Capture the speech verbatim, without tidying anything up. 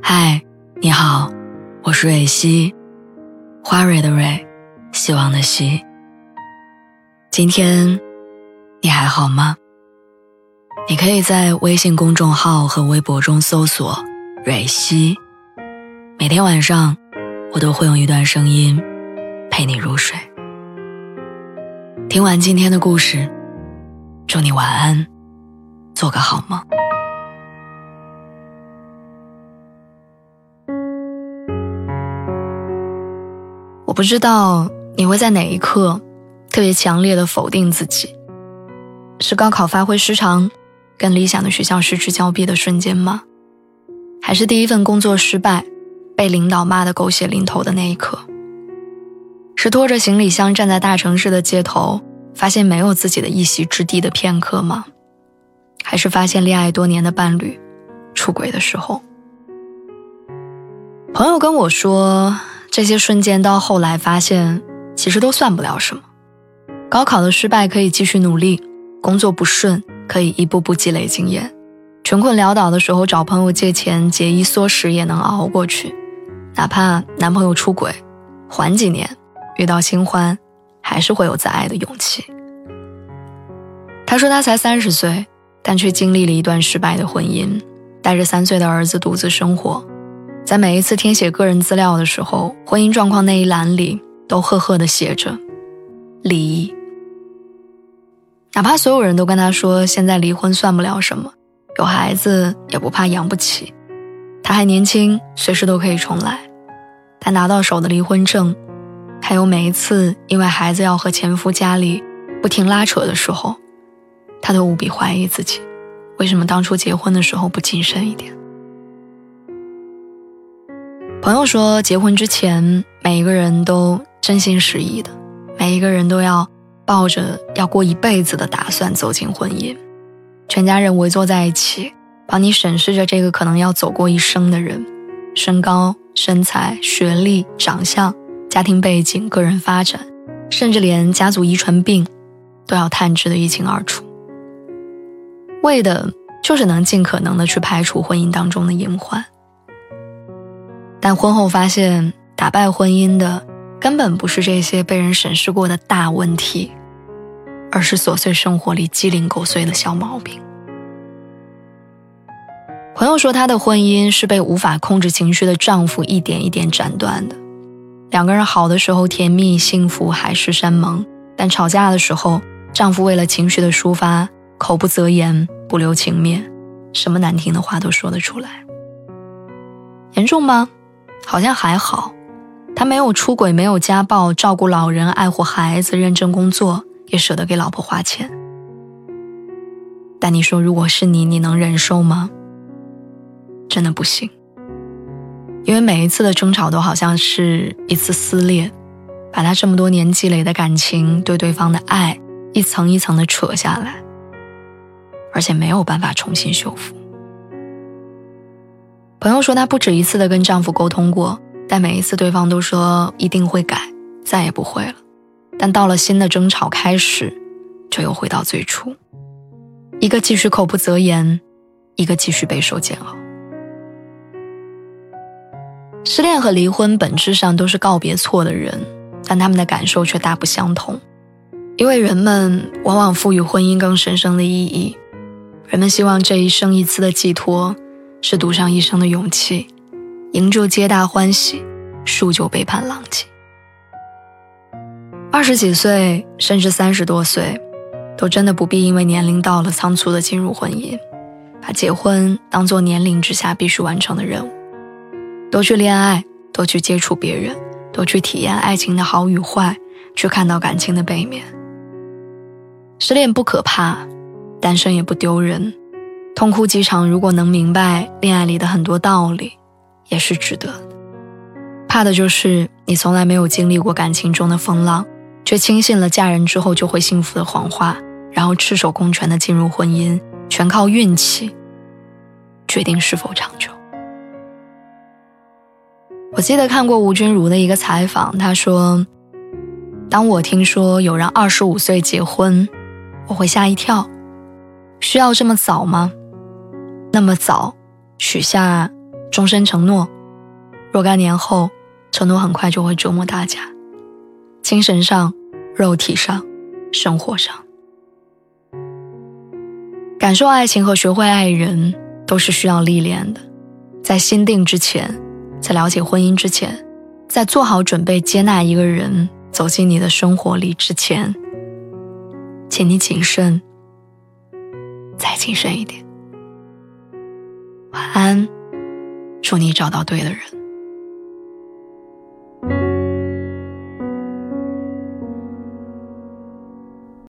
嗨，你好，我是蕊希，花蕊的蕊，希望的希。今天你还好吗？你可以在微信公众号和微博中搜索蕊希，每天晚上我都会用一段声音陪你入睡。听完今天的故事，祝你晚安，做个好梦。我不知道你会在哪一刻特别强烈的否定自己，是高考发挥失常，跟理想的学校失之交臂的瞬间吗？还是第一份工作失败，被领导骂得狗血淋头的那一刻？是拖着行李箱站在大城市的街头，发现没有自己的一席之地的片刻吗？还是发现恋爱多年的伴侣出轨的时候？朋友跟我说，这些瞬间到后来发现其实都算不了什么。高考的失败可以继续努力，工作不顺可以一步步积累经验，穷困潦倒的时候找朋友借钱节衣缩食也能熬过去，哪怕男朋友出轨，缓几年遇到新欢还是会有再爱的勇气。他说他才三十岁，但却经历了一段失败的婚姻，带着三岁的儿子独自生活。在每一次填写个人资料的时候，婚姻状况那一栏里都赫赫地写着离异。哪怕所有人都跟他说现在离婚算不了什么，有孩子也不怕养不起，他还年轻，随时都可以重来。他拿到手的离婚证，还有每一次因为孩子要和前夫家里不停拉扯的时候，他都无比怀疑自己，为什么当初结婚的时候不谨慎一点。朋友说，结婚之前每一个人都真心实意的，每一个人都要抱着要过一辈子的打算走进婚姻，全家人围坐在一起，帮你审视着这个可能要走过一生的人，身高、身材、学历、长相、家庭背景、个人发展，甚至连家族遗传病都要探知的一清二楚，为的就是能尽可能的去排除婚姻当中的隐患。但婚后发现，打败婚姻的根本不是这些被人审视过的大问题，而是琐碎生活里鸡零狗碎的小毛病。朋友说，她的婚姻是被无法控制情绪的丈夫一点一点斩断的。两个人好的时候甜蜜幸福海誓山盟，但吵架的时候，丈夫为了情绪的抒发，口不择言，不留情面，什么难听的话都说得出来。严重吗？好像还好，他没有出轨，没有家暴，照顾老人，爱护孩子，认真工作，也舍得给老婆花钱。但你说如果是你，你能忍受吗？真的不行。因为每一次的争吵都好像是一次撕裂，把他这么多年积累的感情，对对方的爱，一层一层的扯下来，而且没有办法重新修复。朋友说，她不止一次的跟丈夫沟通过，但每一次对方都说一定会改，再也不会了。但到了新的争吵开始，就又回到最初，一个继续口不择言，一个继续备受煎熬。失恋和离婚本质上都是告别错的人，但他们的感受却大不相同。因为人们往往赋予婚姻更神圣的意义，人们希望这一生一次的寄托是赌上一生的勇气，赢就皆大欢喜，输就背叛狼藉。二十几岁甚至三十多岁，都真的不必因为年龄到了仓促的进入婚姻，把结婚当作年龄之下必须完成的任务。多去恋爱，多去接触别人，多去体验爱情的好与坏，去看到感情的背面。失恋不可怕，单身也不丢人，痛哭几场，如果能明白恋爱里的很多道理，也是值得的。怕的就是你从来没有经历过感情中的风浪，却轻信了嫁人之后就会幸福的谎话，然后赤手空拳地进入婚姻，全靠运气决定是否长久。我记得看过吴君如的一个采访，她说，当我听说有人二十五岁结婚，我会吓一跳，需要这么早吗？那么早许下终身承诺，若干年后，承诺很快就会折磨大家，精神上、肉体上、生活上。感受爱情和学会爱人都是需要历练的，在心定之前，在了解婚姻之前，在做好准备接纳一个人走进你的生活里之前，请你谨慎，再谨慎一点。晚安，祝你找到对的人。